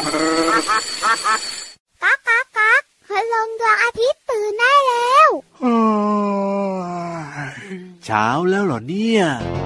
ก๊ากก๊ากก๊ากพลังดวงอาทิตย์ตื่นได้แล้วเช้าแล้วเหรอเนี่ย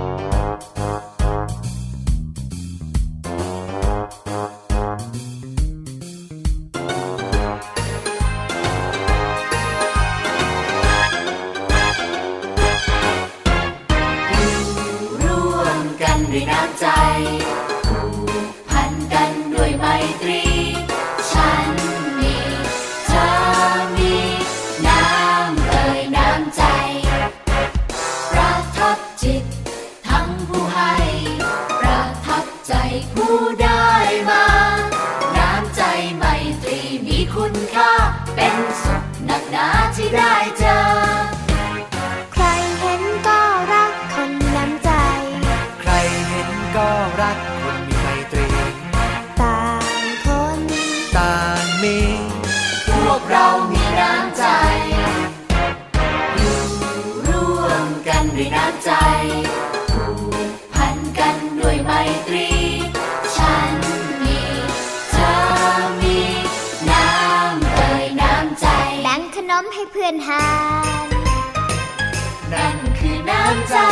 ด้วยน้ำใจผูกพันกันด้วยไมตรีฉันมีเธอมีน้ำน้ำใจประทับจิตทั้งผู้ให้ประทับใจผู้ได้มาน้ำใจไมตรีมีคุณค่าเป็นสุขหนักหนาที่ได้เจอใครเห็นก็รักคนมีน้ำใจก็รักคนมีไมตรีต่างคนต่างมีพวกเรามีน้ำใจอยู่ร่วมกันด้วยน้ำใจผูกพันกันด้วยไมตรีฉันมีเธอมีน้ำน้ำใจแบ่งขนมให้เพื่อนทานนั่นคือน้ำใจ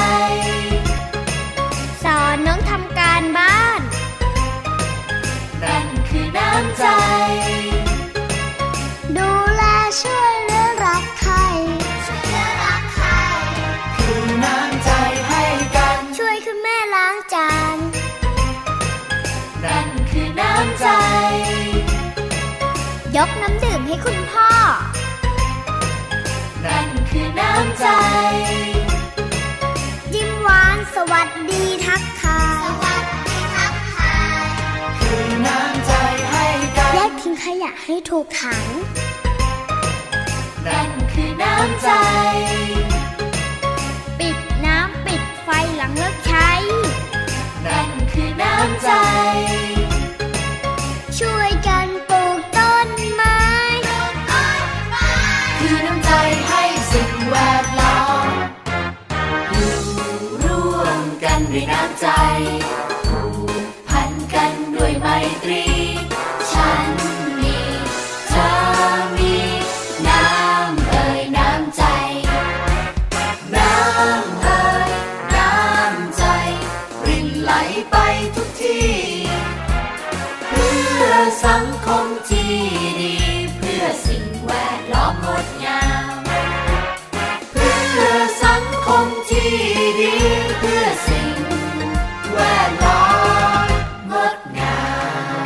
สอนน้องทำการบ้านนั่นคือน้ำใจดูแลช่วยเหลือรักใครคือน้ำใจให้กันช่วยคุณแม่ล้างจานนั่นคือน้ำใจยกน้ำดื่มให้คุณพ่อนั่นคือน้ำใจยิ้มหวานสวัสดีทักทายคือน้ำใจให้กันแยกทิ้งขยะให้ถูกถังนั่นคือน้ำใจปิดน้ำปิดไฟหลังเลิกใช้นั่นคือน้ำใจช่วยกันปลูกต้นไม้คือน้ำใจให้สิ่งแวดล้อมด้วยน้ำใจผูกพันกันด้วยไมตรีฉันมีเธอมีน้ำน้ำใจน้ำน้ำใจรินไหลไปทุกที่เพื่อสังคมที่ดีเพื่อสิ่งแวดล้อมงดงามเพื่อสังคมที่ดีเพื่อสิ่งแวดล้อมงดงาม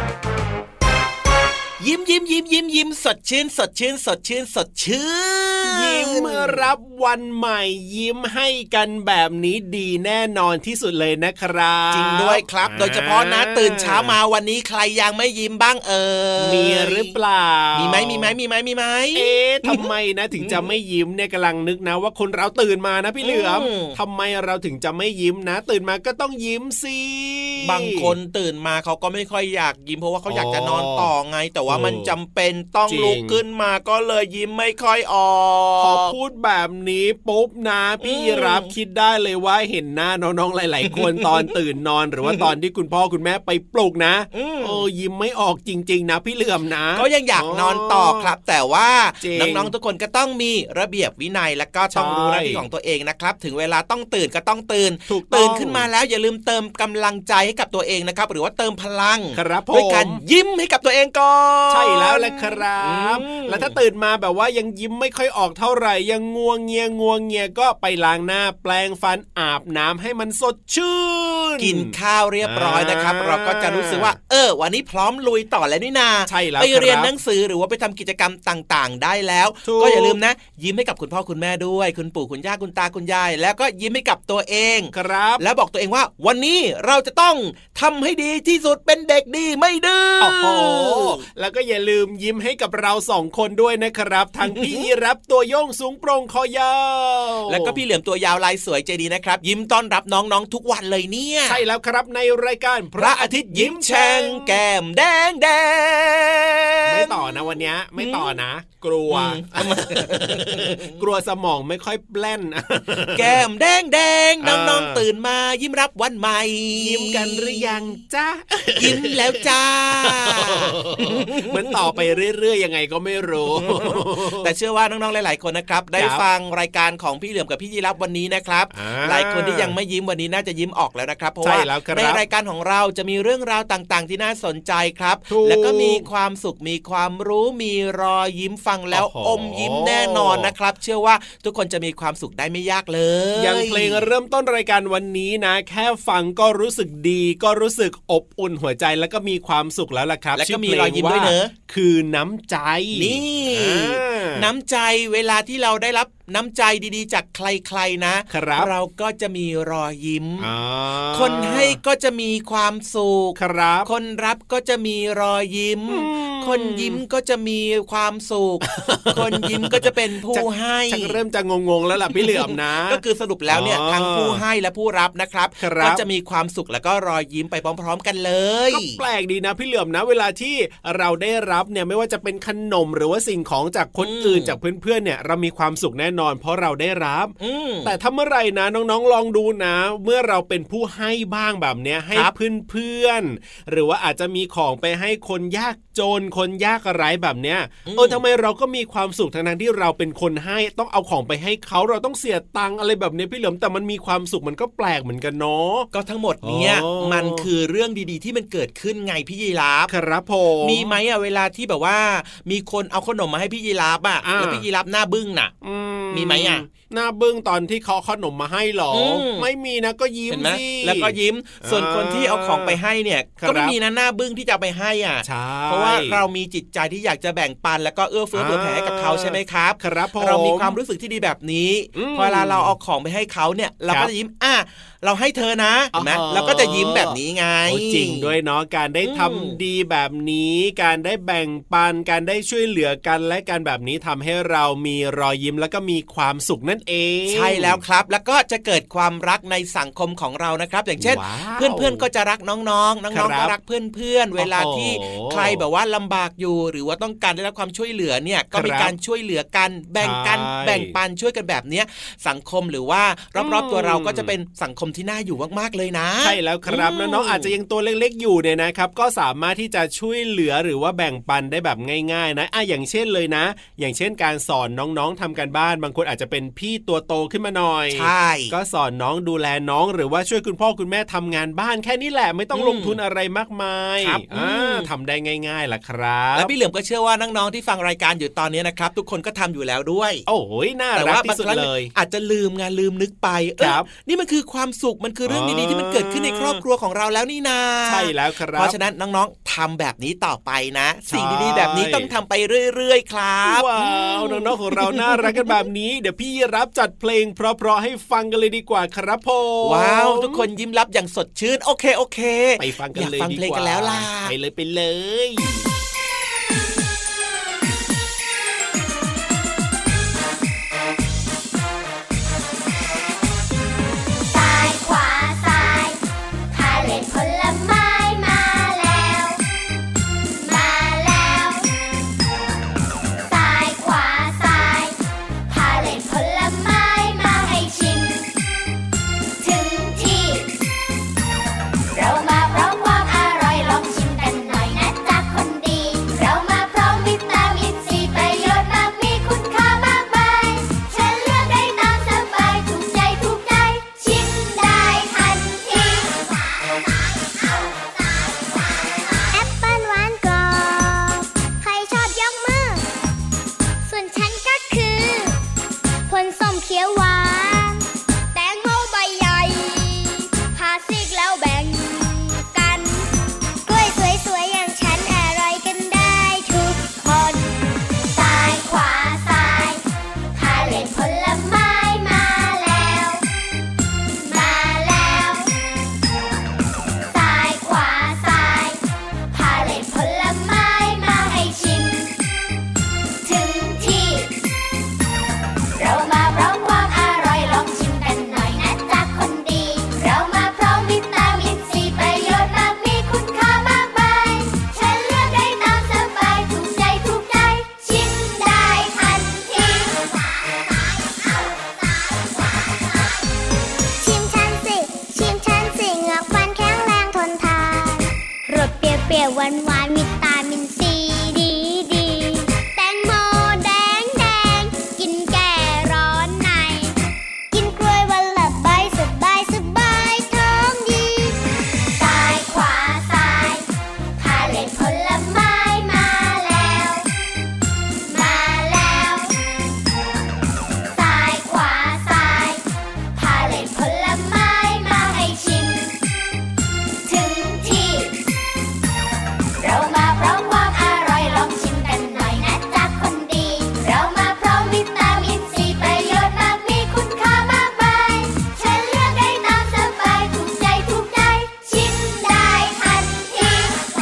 ยิ้มสดชื่นสดชื่นสดชื่นสดชื่นยิ้มเมื่อรับวันใหม่ยิ้มให้กันแบบนี้ดีแน่นอนที่สุดเลยนะครับจริงด้วยครับโดยเฉพาะนะตื่นเช้ามาวันนี้ใครยังไม่ยิ้มบ้างมีหรือเปล่ามีไหมทำไมนะถึงจะไม่ยิ้มเนี่ยกำลังนึกนะว่าคนเราตื่นมานะพี่เหลือมทำไมเราถึงจะไม่ยิ้มนะตื่นมาก็ต้องยิ้มสิบางคนตื่นมาเขาก็ไม่ค่อยอยากยิ้มเพราะว่าเขาอยากจะนอนต่อไงแต่ว่ามันจำเป็นต้องลุกขึ้นมาก็เลยยิ้มไม่ค่อยออกพอพูดแบบนี้ปุ๊บนะพี่รับคิดได้เลยว่าเห็นหน้าน้องๆหลายๆคนตอนตื่นนอนหรือว่าตอนที่คุณพ่อคุณแม่ไปปลุกนะยิ้มไม่ออกจริงๆนะพี่เหลือมนะก็ยังอยากนอนต่อครับแต่ว่าน้องๆทุกคนก็ต้องมีระเบียบวินัยและก็ต้องรู้หน้าที่ของตัวเองนะครับถึงเวลาต้องตื่นก็ต้องตื่นขึ้นมาแล้วอย่าลืมเติมกำลังใจให้กับตัวเองนะครับหรือว่าเติมพลังด้วยการยิ้มให้กับตัวเองก่อนใช่แล้วแหละครับแล้วถ้าตื่นมาแบบว่ายังยิ้มไม่ค่อยออกเท่าไหร่ยังงัวเงียก็ไปล้างหน้าแปรงฟันอาบน้ำให้มันสดชื่นกินข้าวเรียบร้อยนะครับเราก็จะรู้สึกว่าวันนี้พร้อมลุยต่อแล้วนี่นาใช่แล้วไปเรียนหนังสือหรือว่าไปทำกิจกรรมต่างๆได้แล้วก็อย่าลืมนะยิ้มให้กับคุณพ่อคุณแม่ด้วยคุณปู่คุณย่าคุณตาคุณยายแล้วก็ยิ้มให้กับตัวเองครับแล้วบอกตัวเองว่าวันนี้เราจะต้องทำให้ดีที่สุดเป็นเด็กดีไม่ดื้อแล้วก็อย่าลืมยิ้มให้กับเรา2คนด้วยนะครับทั้งพี่รับตัวโยงสูงโปร่งคอยาวแล้วก็พี่เหลือมตัวยาวลายสวยใจดีนะครับยิ้มต้อนรับน้องๆทุกวันเลยเนี่ยใช่แล้วครับในรายการพระอาทิตย์ยิ้มแฉ่งแก้มแดงไม่ต่อนะวันนี้ไม่ต่อนะกลัว กลัวสมองไม่ค่อยแล่นแก้มแดงๆน้องๆตื่นมายิ้มรับวันใหม่ยิ้มกันหรือยังจ้ายิ้มแล้วจ้าเหมือนต่อไปเรื่อยๆยังไงก็ไม่รู้แต่เชื่อว่าน้องๆหลายๆคนนะครับได้ฟังรายการของพี่เหลือมกับพี่ยีรับวันนี้นะครับหลายคนที่ยังไม่ยิ้มวันนี้น่าจะยิ้มออกแล้วนะครับเพราะว่าในรายการของเราจะมีเรื่องราวต่างๆที่น่าสนใจครับแล้วก็มีความสุขมีความรู้มีรอยยิ้มฟังแล้วอมยิ้มแน่นอนนะครับเชื่อว่าทุกคนจะมีความสุขได้ไม่ยากเลยอย่างเพลงเริ่มต้นรายการวันนี้นะแค่ฟังก็รู้สึกดีก็รู้สึกอบอุ่นหัวใจแล้วก็มีความสุขแล้วล่ะครับแล้วก็มีรอยยิ้มด้วยเนอะคือน้ำใจนี่น้ำใจเวลาที่เราได้รับน้ำใจดีๆจากใครๆนะเราก็จะมีรอยยิ้มคนให้ก็จะมีความสุขคนรับก็จะมีรอยยิ้มคนยิ้มก็จะมีความสุขคนยิ้มก็จะเป็นผู้ให้ชักเริ่มจะงงๆแล้วล่ะพี่เหลือมนะก็คือสรุปแล้วเนี่ยทั้งผู้ให้และผู้รับนะครับก็จะมีความสุขแล้วก็รอยยิ้มไปพร้อมๆกันเลยก็แปลกดีนะพี่เหลือมนะเวลาที่เราได้รับเนี่ยไม่ว่าจะเป็นขนมหรือว่าสิ่งของจากคนอื่นจากเพื่อนๆเนี่ยเรามีความสุขแน่นอนเพราะเราได้รับแต่ถ้าเมื่อไหร่นะน้องๆลองดูนะเมื่อเราเป็นผู้ให้บ้างแบบเนี้ยให้เพื่อนๆหรือว่าอาจจะมีของไปให้คนยากจนคนยากไร้แบบเนี้ยทำไมเราก็มีความสุขทั้งที่เราเป็นคนให้ต้องเอาของไปให้เขาเราต้องเสียตังค์อะไรแบบนี้พี่เหลิมแต่มันมีความสุขมันก็แปลกเหมือนกันเนาะก็ทั้งหมดเนี้ยมันคือเรื่องดีๆที่มันเกิดขึ้นไงพี่ยีราฟครับผมมีไหมเวลาที่แบบว่ามีคนเอาขนมมาให้พี่ยีราฟแล้วพี่ยีราฟหน้าบึ้งน่ะมีไหมหน้าบึ้งตอนที่เขาขนมมาให้หรอไม่มีนะก็ยิ้มสิแล้วก็ยิ้มส่วนคนที่เอาของไปให้เนี่ยก็ไม่มีนะหน้าบึ้งที่จะไปให้เพราะว่าเรามีจิตใจที่อยากจะแบ่งปันแล้วก็เอื้อเฟื้อเผื่อแผ่ให้กับเขาใช่ไหมครับเรามีความรู้สึกที่ดีแบบนี้พอเวลาเราเอาของไปให้เขาเนี่ยเราก็จะยิ้มเราให้เธอนะเห็นไหมเราก็จะยิ้มแบบนี้ไงจริงด้วยเนาะการได้ทำดีแบบนี้การได้แบ่งปันการได้ช่วยเหลือกันและการแบบนี้ทำให้เรามีรอยยิ้มแล้วก็มีความสุขนั่นเองใช่แล้วครับแล้วก็จะเกิดความรักในสังคมของเรานะครับอย่างเช่นเพื่อนๆก็จะรักน้องๆน้องๆก็รักเพื่อนๆเวลาที่ใครแบบว่าลำบากอยู่หรือว่าต้องการได้รับความช่วยเหลือเนี่ยก็มีการช่วยเหลือกันแบ่งปันช่วยกันแบบนี้สังคมหรือว่ารอบๆตัวเราก็จะเป็นสังคมที่น่าอยู่มากๆเลยนะใช่แล้วครับน้องๆอาจจะยังตัวเล็กๆอยู่เนี่ยนะครับก็สามารถที่จะช่วยเหลือหรือว่าแบ่งปันได้แบบง่ายๆนะอย่างเช่นเลยนะอย่างเช่นการสอนน้องๆทำการบ้านบางคนอาจจะเป็นพี่ตัวโตขึ้นมาหน่อยใช่ก็สอนน้องดูแลน้องหรือว่าช่วยคุณพ่อคุณแม่ทำงานบ้านแค่นี้แหละไม่ต้องลงทุนอะไรมากมายทำได้ง่ายๆล่ะครับแล้วพี่เหลือมก็เชื่อว่าน้องๆที่ฟังรายการอยู่ตอนนี้นะครับทุกคนก็ทำอยู่แล้วด้วยโอ้ยน่ารักที่สุดเลยอาจจะลืมนึกไปนี่มันคือความสุขมันคือเรื่องดีๆที่มันเกิดขึ้นในครอบครัวของเราแล้วนี่นาใช่แล้วครับเพราะฉะนั้นน้องๆทำแบบนี้ต่อไปนะสิ่งดีๆแบบนี้ต้องทำไปเรื่อยๆครับว้าวน้องๆของเราน่ารักกันแบบนี้เดี๋ยวพี่รับจัดเพลงเพราะๆให้ฟังกันเลยดีกว่าครับผมว้าวทุกคนยิ้มรับอย่างสดชื่นโอเคไปฟังกันเลยดีกว่าอยากฟังเพลงกันแล้วล่ะไปเลยเรามาพร้อมความอร่อยลองชิมกันหน่อยนะจ๊ะคนดีหวานหวานวิตามินซีดีแตงโมแดงกินแก้ร้อนในกินกล้วยวันละใบสบายท้องดีซ้ายขวาซ้ายพาเล่นผลไม้มาแล้วซ้ายขวาซ้ายพาเล่นผลไม้มาให้ชิมถึงที่เรามาพร้อมความอร่อยลองชิมกันหน่อยนะจ๊ะคนดีเรามาพร้อมวิตามินซีประโยชน์มากมีคุณค่ามากมายฉันเลือกได้ตามสบายถูกใจชิมได้ทันที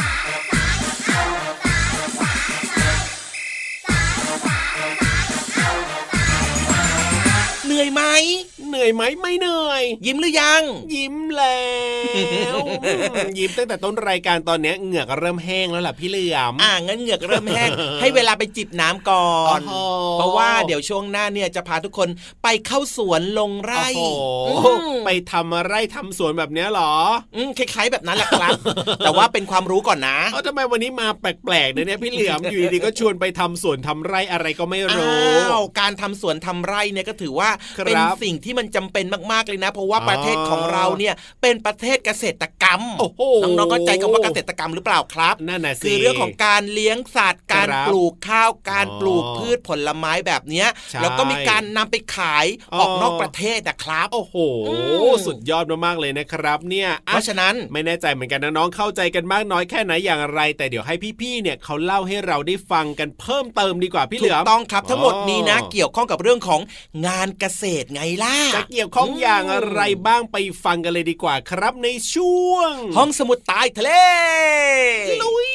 เหนื่อยไหมไม่เหนื่อยยิ้มหรือยังยิ้มแล้วยิ้มตั้งแต่ต้นรายการตอนนี้เหงือกเริ่มแห้งแล้วล่ะพี่เหลือมงั้นเหงือกเริ่มแห้ง ให้เวลาไปจิบน้ำก่อนเพราะว่าเดี๋ยวช่วงหน้าเนี่ยจะพาทุกคนไปเข้าสวนลงไร่ไปทำไร่ทำสวนแบบนี้หรอคล้ายๆแบบนั้นแหละครับ แต่ว่าเป็นความรู้ก่อนนะทำไมวันนี้มาแปลกๆเนี่ยพี่เหลือมอยู่ดีๆก็ชวนไปทำสวนทำไร่อะไรก็ไม่รู้การทำสวนทำไร่เนี่ยก็ถือว่าเป็นสิ่งที่มันจำเป็นมากๆเลยนะเพราะว่าประเทศของเราเนี่ยเป็นประเทศเกษตรกรรมน้องๆเข้าใจคำว่าเกษตรกรรมหรือเปล่าครับนั่นน่ะสิคือเรื่องของการเลี้ยงสัตว์การปลูกข้าวการปลูกพืชผลไม้แบบเนี้ยแล้วก็มีการนำไปขายออกนอกประเทศนะครับโอ้โหสุดยอดมากๆเลยนะครับเนี่ยเพราะฉะนั้นไม่แน่ใจเหมือนกันน้องๆเข้าใจกันมากน้อยแค่ไหนอย่างไรแต่เดี๋ยวให้พี่ๆเนี่ยเขาเล่าให้เราได้ฟังกันเพิ่มเติมดีกว่าพี่เหลือมถูกต้องครับทั้งหมดนี้นะเกี่ยวข้องกับเรื่องของงานเกษตรไงล่ะจะเกี่ยวข้องอย่างอะไรบ้างไปฟังกันเลยดีกว่าครับในช่วงห้องสมุดใต้ทะเลลุย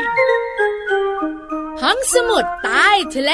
ห้องสมุดใต้ทะเล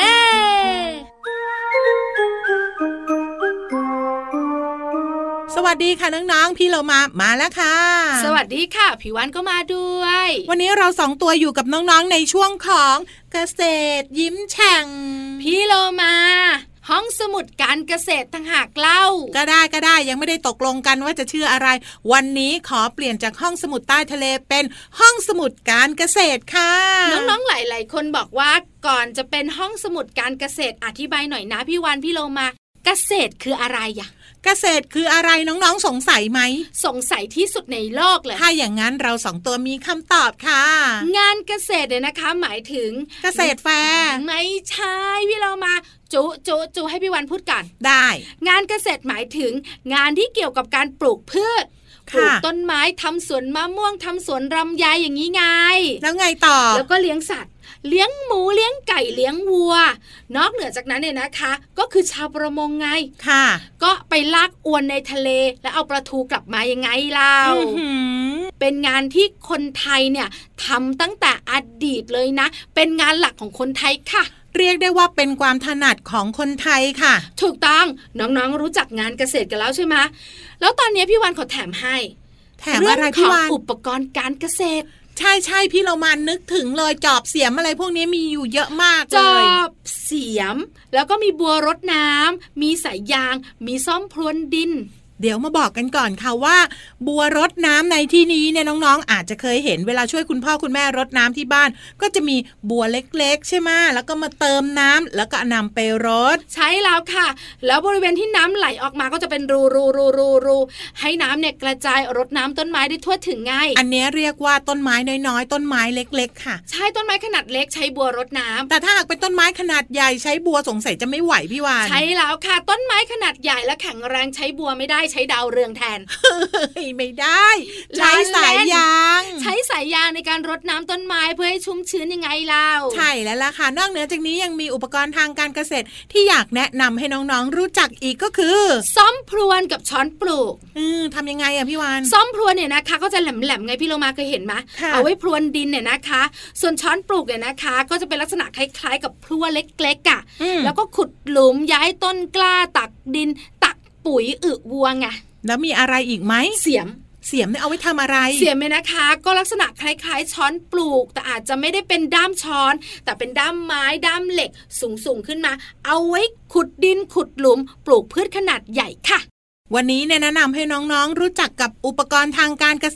สวัสดีค่ะน้องๆพี่เรามาแล้วค่ะสวัสดีค่ะพี่วันก็มาด้วยวันนี้เรา2ตัวอยู่กับน้องๆในช่วงของเกษตรยิ้มแฉ่งพี่เรามาห้องสมุดการเกษตรต่างหากเล่าก็ได้ยังไม่ได้ตกลงกันว่าจะชื่ออะไรวันนี้ขอเปลี่ยนจากห้องสมุดใต้ทะเลเป็นห้องสมุดการเกษตรค่ะน้องๆหลายๆคนบอกว่าก่อนจะเป็นห้องสมุดการเกษตรอธิบายหน่อยนะพี่วันพี่โลมาเกษตรคืออะไรอะเกษตรคืออะไรน้องๆสงสัยไหมสงสัยที่สุดในโลกเลยถ้าอย่างนั้นเรา2ตัวมีคำตอบค่ะงานเกษตรเนี่ยนะคะหมายถึงเกษตรแฟร์ไม่ใช่พี่เรามาจูให้พี่วันพูดกันได้งานเกษตรหมายถึงงานที่เกี่ยวกับการปลูกพืชปลูกต้นไม้ทำสวนมะม่วงทำสวนลำไยอย่างนี้ไงแล้วไงต่อแล้วก็เลี้ยงสัตว์เลี้ยงหมูเลี้ยงไก่เลี้ยงวัวนอกเหนือจากนั้นเนี่ยนะคะก็คือชาวประมงไงค่ะก็ไปลากอวนในทะเลแล้วเอาปลาทูกลับมายังไงเล่าเป็นงานที่คนไทยเนี่ยทำตั้งแต่อดีตเลยนะเป็นงานหลักของคนไทยค่ะเรียกได้ว่าเป็นความถนัดของคนไทยค่ะถูกต้องน้องๆรู้จักงานเกษตรกันแล้วใช่ไหมแล้วตอนนี้พี่วันขอแถมให้แถมอะไรพี่วันอุปกรณ์การเกษตรใช่พี่เรามานึกถึงเลยจอบเสียมอะไรพวกนี้มีอยู่เยอะมากเลยจอบเสียมแล้วก็มีบัวรดน้ำมีสายยางมีซ่อมพรวนดินเดี๋ยวมาบอกกันก่อนค่ะว่าบัวรดน้ำในที่นี้เนี่ยน้องๆอาจจะเคยเห็นเวลาช่วยคุณพ่อคุณแม่รดน้ำที่บ้านก็จะมีบัวเล็กๆใช่ไหมแล้วก็มาเติมน้ำแล้วก็นำไปรดใช่แล้วค่ะแล้วบริเวณที่น้ำไหลออกมาก็จะเป็นรูให้น้ำเนี่ยกระจายรดน้ำต้นไม้ได้ทั่วถึงง่ายอันนี้เรียกว่าต้นไม้น้อยๆต้นไม้เล็กๆค่ะใช่ต้นไม้ขนาดเล็กใช้บัวรดน้ำแต่ถ้าหากเป็นต้นไม้ขนาดใหญ่ใช้บัวสงสัยจะไม่ไหวพี่วานใช่แล้วค่ะต้นไม้ขนาดใหญ่และแข็งแรงใช้บัวไม่ได้ใช้ดาวเรืองแทนไม่ได้ใช้สายยางใช้สายยางในการรดน้ำต้นไม้เพื่อให้ชุ่มชื้นยังไงเล่าใช่แล้วล่ะค่ะนอกเหนือจากนี้ยังมีอุปกรณ์ทางการเกษตรที่อยากแนะนำให้น้องๆรู้จักอีกก็คือซ่อมพรวนกับช้อนปลูกทำยังไงอะพี่วานซ่อมพรวนเนี่ยนะคะก็จะแหลมๆไงพี่โลมาเคยเห็นไหมเอาไว้พรวนดินเนี่ยนะคะส่วนช้อนปลูกเนี่ยนะคะก็จะเป็นลักษณะคล้ายๆกับพลั่วเล็กๆอะแล้วก็ขุดหลุมย้ายต้นกล้าตักดินตักปุ๋ยอึวัวไงแล้วมีอะไรอีกไหมเสียมเนี่ยเอาไว้ทำอะไรเสียมเนี่ยนะคะก็ลักษณะคล้ายๆช้อนปลูกแต่อาจจะไม่ได้เป็นด้ามช้อนแต่เป็นด้ามไม้ด้ามเหล็กสูงขึ้นมาเอาไว้ขุดดินขุดหลุมปลูกพืชขนาดใหญ่ค่ะวันนี้เนี่ยแนะนำให้น้องๆรู้จักกับอุปกรณ์ทางการเกษตร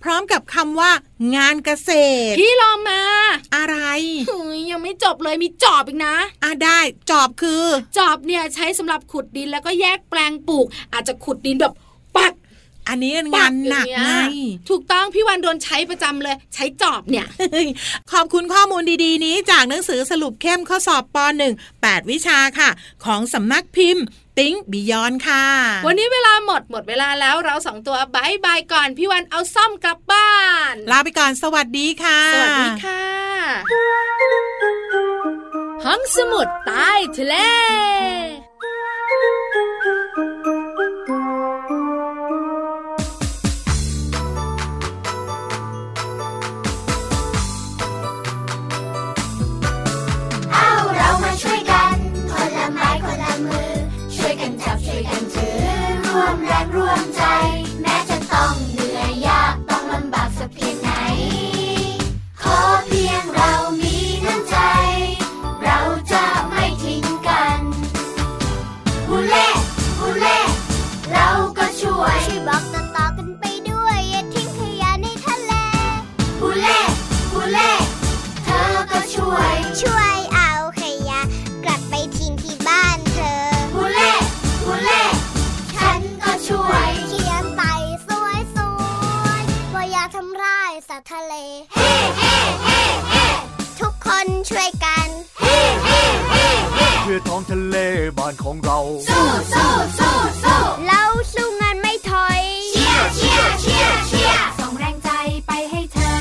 พร้อมกับคำว่างานเกษตรพี่รอมาอะไรยังไม่จบเลยมีจอบอีกนะได้จอบคือจอบเนี่ยใช้สำหรับขุดดินแล้วก็แยกแปลงปลูกอาจจะขุดดินแบบปักอันนี้งานหนักไงถูกต้องพี่วันโดนใช้ประจำเลยใช้จอบเนี่ยขอบคุณข้อมูลดีๆนี้จากหนังสือสรุปเข้มข้อสอบป .1 8 วิชาค่ะของสำนักพิมพ์Think Beyond ค่ะวันนี้เวลาหมดเวลาแล้วเราสองตัวบายบายก่อนพี่วันเอาซ่อมกลับบ้านลาไปก่อนสวัสดีค่ะสวัสดีค่ะห้องสมุดใต้ทะเลร่วมแรงร่วมใจแม้จะต้องเหนื่อยยากต้องลำบากสักเพียงไหนขอเพียงเรามีน้ำใจเราจะไม่ทิ้งกันฮูเล่ฮูเล่เราก็ช่วยบอกต่อกันไปด้วยอย่าทิ้งขยะในทะเลฮูเล่ฮูเล่เธอก็ช่วยเอาขยะกลับไปทิ้งที่บ้านเธอฮูเล่ฮูเล่ช่วยเขียนใส่สวยว่าอย่าทำร้ายสัตว์ทะเลเฮ้เฮ้เฮ้เฮ้ทุกคนช่วยกันเฮ้เฮ้เฮ้เฮ้เพื่อท้องทะเลบ้านของเราสู้เราสู้งานไม่ถอยเชียร์ส่งแรงใจไปให้เธอ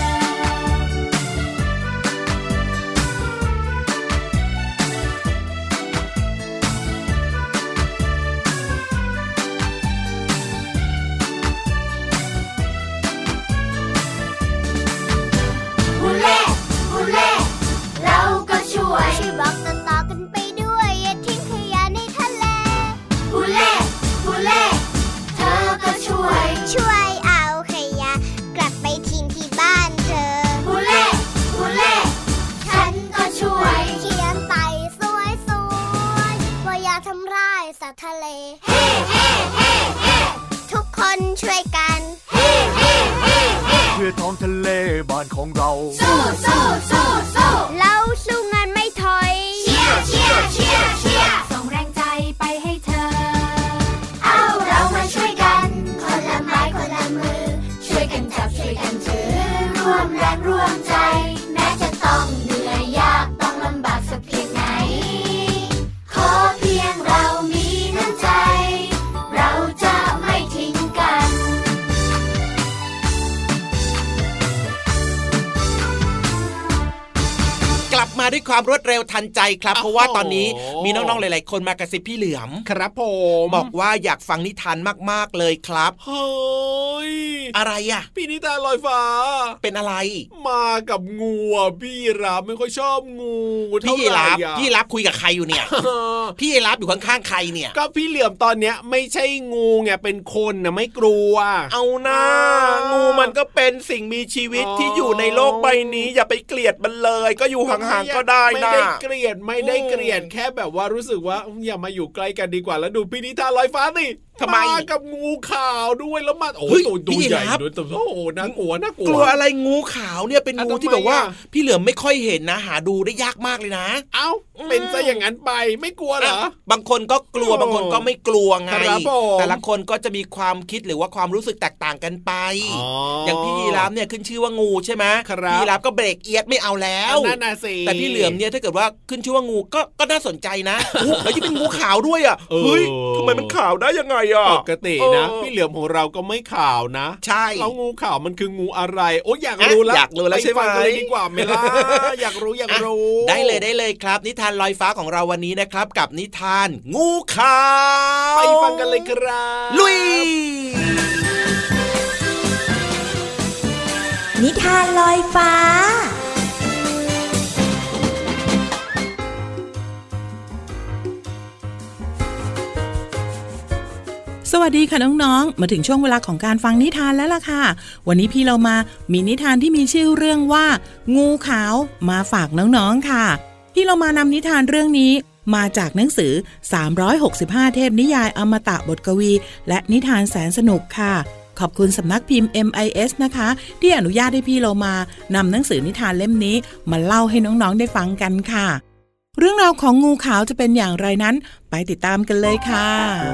บอกต่อกันไปด้วยอย่าทิ้งขยะในทะเลฮูเล่ฮูเล่เธอก็ช่วยเอาขยะกลับไปทิ้งที่บ้านเธอฮูเล่ฮูเล่ฉันก็ช่วยเขียนใส่สวยว่าอย่าทำร้ายสัตว์ทะเลเฮ้เฮ้เฮ้เฮ้ทุกคนช่วยกันเฮ้เฮ้เฮ้เฮ้เพื่อท้องทะเลบ้านของเราสู้เราสู้งานไม่ถอยเชียร์ส่งแรงใจไปให้เธอเอาเรามาช่วยกันคนละไม้คนละมือช่วยกันจับช่วยกันถือร่วมแรงร่วมใจแม้จะต้องเหนื่อยยากต้องลำบากสักเพียงไหนขอเพียงเรามีน้ำใจเราจะไม่ทิ้งกันกลับมาด้วยความรวดเร็วทันใจครับเพราะว่าตอนนี้มีน้องๆหลายๆคนมากระซิบพี่เหลือมครับผมบอกว่าอยากฟังนิทานมากๆเลยครับเฮ้ยอะไรอ่ะพี่นิทานลอยฟ้าเป็นอะไรมากับงูพี่รับไม่ค่อยชอบงูพี่รับคุยกับใครอยู่เนี่ย พี่รับอยู่ข้างๆใครเนี่ยก็พี่เหลือมตอนเนี้ยไม่ใช่งูไงเป็นคนนะไม่กลัวเอานะงูมันก็เป็นสิ่งมีชีวิตที่อยู่ในโลกใบนี้อย่าไปเกลียดมันเลยก็อยู่ห่างๆก็ได้นะไม่ได้เกลียดแค่แบบว่ารู้สึกว่าอย่ามาอยู่ใกล้กันดีกว่าแล้วดูพี่นิทานลอยฟ้าสิทำไมกับงูขาวด้วยแล้วมาโอ้ยตัวใหญ่ด้วยตัวโอ้น่ากลัวกลัวอะไรงูขาวเนี่ยเป็นงูที่แบบว่าพี่เหลือมไม่ค่อยเห็นนะหาดูได้ยากมากเลยนะเอ้าเป็นซะอย่างนั้นไปไม่กลัวเหรอบางคนก็กลัวบางคนก็ไม่กลัวไงแต่ละคนก็จะมีความคิดหรือว่าความรู้สึกแตกต่างกันไปอย่างพี่ยีราฟเนี่ยขึ้นชื่อว่างูใช่ไหมพี่ยีราฟก็เบรกเอียดไม่เอาแล้วแต่พี่เหลือมเนี่ยถ้าเกิดว่าขึ้นชื่อว่างูก็น่าสนใจนะแล้วที่เป็นงูขาวด้วยอ่ะเฮ้ยทำไมมันขาวได้ยังไงอ่ะปกตินะพี่เหลือมของเราก็ไม่ข่าวนะใช่แล้วงูข่าวมันคืองูอะไรโอ้อยากรู้แล้วใช่ไหมดีกว่าไหมล่ะอยากรู้ได้เลยครับนิทานลอยฟ้าของเราวันนี้นะครับกับนิทานงูขาวไปฟังกันเลยครับลุยนิทานลอยฟ้าสวัสดีค่ะน้องๆมาถึงช่วงเวลาของการฟังนิทานแล้วล่ะค่ะวันนี้พี่เรามามีนิทานที่มีชื่อเรื่องว่างูขาวมาฝากน้องๆค่ะพี่เรามานำนิทานเรื่องนี้มาจากหนังสือ365เทพนิยายอมตะบทกวีและนิทานแสนสนุกค่ะขขอบคุณสำนักพิมพ์ MIS นะคะที่อนุญาตให้พี่เรามานำหนังสือนิทานเล่มนี้มาเล่าให้น้องๆได้ฟังกันค่ะเรื่องราวของงูขาวจะเป็นอย่างไรนั้นไปติดตามกันเลยค่ะ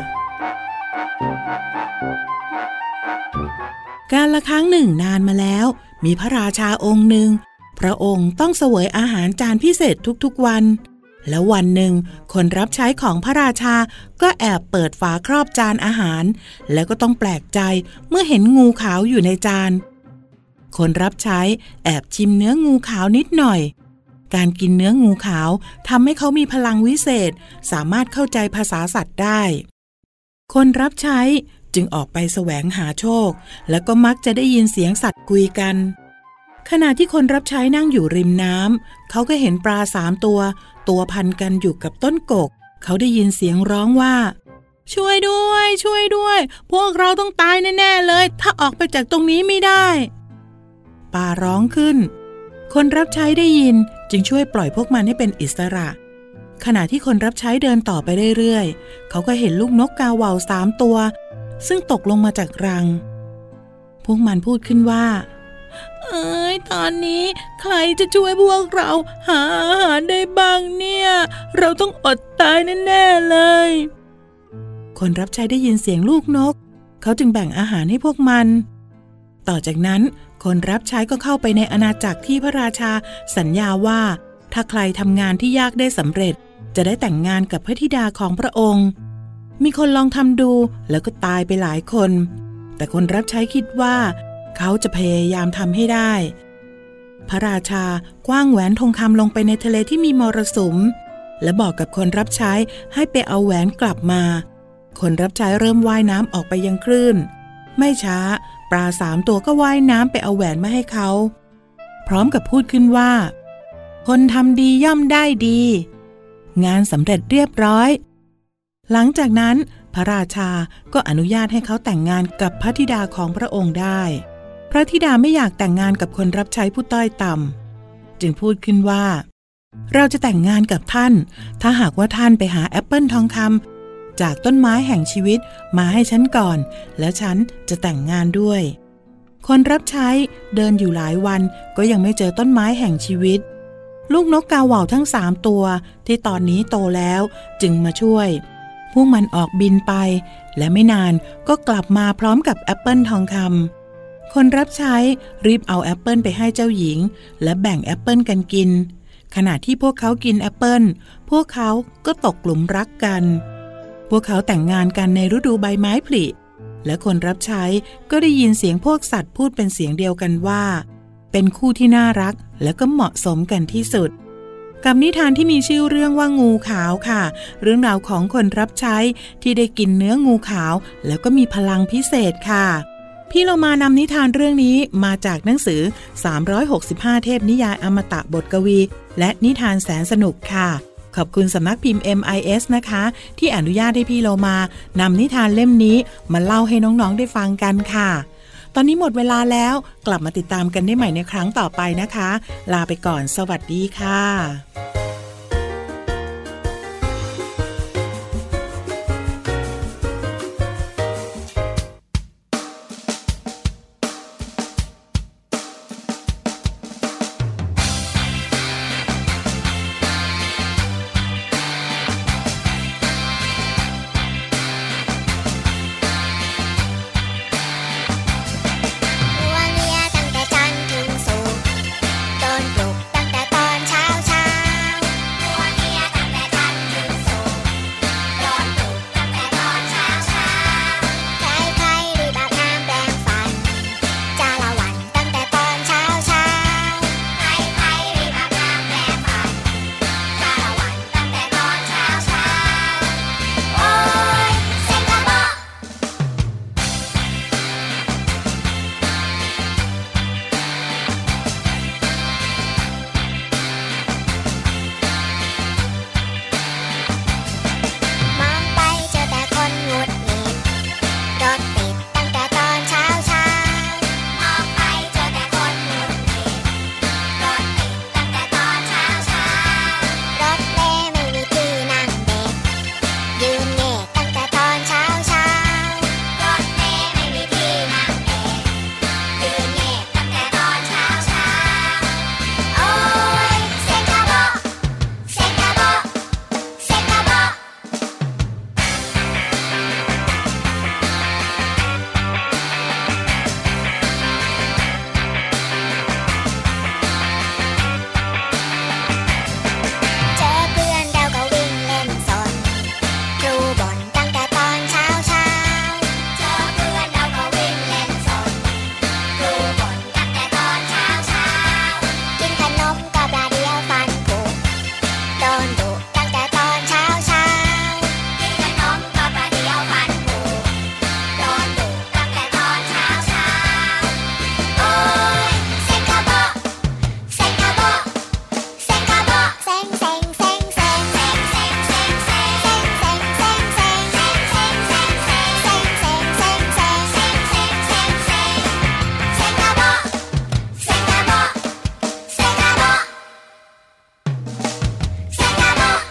กาลครั้งหนึ่งนานมาแล้วมีพระราชาองค์หนึ่งพระองค์ต้องเสวยอาหารจานพิเศษทุกๆวันแล้ววันหนึ่งคนรับใช้ของพระราชาก็แอบเปิดฝาครอบจานอาหารแล้วก็ต้องแปลกใจเมื่อเห็นงูขาวอยู่ในจานคนรับใช้แอบชิมเนื้องูขาวนิดหน่อยการกินเนื้องูขาวทำให้เขามีพลังวิเศษสามารถเข้าใจภาษาสัตว์ได้คนรับใช้จึงออกไปแสวงหาโชคแล้วก็มักจะได้ยินเสียงสัตว์คุยกันขณะที่คนรับใช้นั่งอยู่ริมน้ำเขาก็เห็นปลา3 ตัวพันกันอยู่กับต้นกกเขาได้ยินเสียงร้องว่าช่วยด้วยช่วยด้วยพวกเราต้องตายแน่ๆเลยถ้าออกไปจากตรงนี้ไม่ได้ปลาร้องขึ้นคนรับใช้ได้ยินจึงช่วยปล่อยพวกมันให้เป็นอิสระขณะที่คนรับใช้เดินต่อไปเรื่อยๆเขาก็เห็นลูกนกกาเหว่า3 ตัวซึ่งตกลงมาจากรังพวกมันพูดขึ้นว่าตอนนี้ใครจะช่วยพวกเราหาอาหารได้บ้างเนี่ยเราต้องอดตายแน่ๆเลยคนรับใช้ได้ยินเสียงลูกนกเขาจึงแบ่งอาหารให้พวกมันต่อจากนั้นคนรับใช้ก็เข้าไปในอาณาจักรที่พระราชาสัญญาว่าถ้าใครทำงานที่ยากได้สำเร็จจะได้แต่งงานกับพระธิดาของพระองค์มีคนลองทำดูแล้วก็ตายไปหลายคนแต่คนรับใช้คิดว่าเขาจะพยายามทำให้ได้พระราชากว้างแหวนทองคำลงไปในทะเลที่มีมรสุมและบอกกับคนรับใช้ให้ไปเอาแหวนกลับมาคนรับใช้เริ่มว่ายน้ำออกไปยังคลื่นไม่ช้าปลา3 ตัวก็ว่ายน้ำไปเอาแหวนมาให้เขาพร้อมกับพูดขึ้นว่าคนทำดีย่อมได้ดีงานสำเร็จเรียบร้อยหลังจากนั้นพระราชาก็อนุญาตให้เขาแต่งงานกับพระธิดาของพระองค์ได้พระธิดาไม่อยากแต่งงานกับคนรับใช้ผู้ต้อยต่ำจึงพูดขึ้นว่าเราจะแต่งงานกับท่านถ้าหากว่าท่านไปหาแอปเปิลทองคำจากต้นไม้แห่งชีวิตมาให้ฉันก่อนแล้วฉันจะแต่งงานด้วยคนรับใช้เดินอยู่หลายวันก็ยังไม่เจอต้นไม้แห่งชีวิตลูกนกกาเหว่าทั้ง3 ตัวที่ตอนนี้โตแล้วจึงมาช่วยพวกมันออกบินไปและไม่นานก็กลับมาพร้อมกับแอปเปิลทองคำคนรับใช้รีบเอาแอปเปิลไปให้เจ้าหญิงและแบ่งแอปเปิลกันกินขณะที่พวกเขากินแอปเปิลพวกเขาก็ตกหลุมรักกันพวกเขาแต่งงานกันในฤดูใบไม้ผลิและคนรับใช้ก็ได้ยินเสียงพวกสัตว์พูดเป็นเสียงเดียวกันว่าเป็นคู่ที่น่ารักและก็เหมาะสมกันที่สุดกับนิทานที่มีชื่อเรื่องว่างูขาวค่ะเรื่องราวของคนรับใช้ที่ได้กินเนื้องูขาวแล้วก็มีพลังพิเศษค่ะพี่เรามานำนิทานเรื่องนี้มาจากหนังสือ365เทพนิยายอมตะบทกวีและนิทานแสนสนุกค่ะขอบคุณสำนักพิมพ์ MIS นะคะที่อนุญาตให้พี่เรามานำนิทานเล่มนี้มาเล่าให้น้องๆได้ฟังกันค่ะตอนนี้หมดเวลาแล้วกลับมาติดตามกันได้ใหม่ในครั้งต่อไปนะคะลาไปก่อนสวัสดีค่ะตั้งแต่ตอนเช้า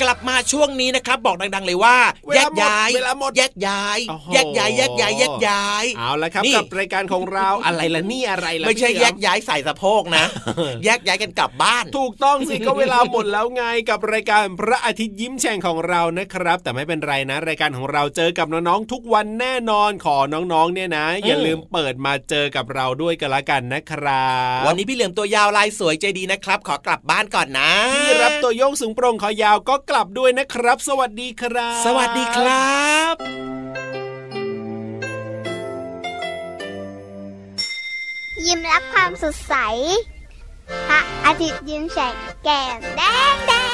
ลับมาช่วงนี้นะครับบอกดังๆเลยว่าแยกย้ายแยกย้ายแยกย้ายแยกย้ายแยกย้ายเอาละครับกับรายการของเราอะไรล่ะนี่อะไรล่ะไม่ใช่แยกย้ายใส่สะโพกนะแยกย้ายกันกลับบ้านถูกต้องสิก็เวลาหมดแล้วไงกับรายการพระอาทิตย์ยิ้มแฉ่งของเรานะครับแต่ไม่เป็นไรนะรายการของเราเจอกับน้องๆทุกวันแน่นอนขอน้องๆเนี่ยนะอย่าลืมเปิดมาเจอกับเราด้วยกันละกันนะครับวันนี้พี่เหลือมตัวยาวลายสวยใจดีนะครับขอกลับบ้านก่อนนะพี่รับตัวโยงสูงโปร่งคอยาวก็กลับด้วยนะครับสวัสดีครับสวัสดีครับยิ้มรับความสดใสพระอาทิตย์ยิ้มแฉกแก้มแดง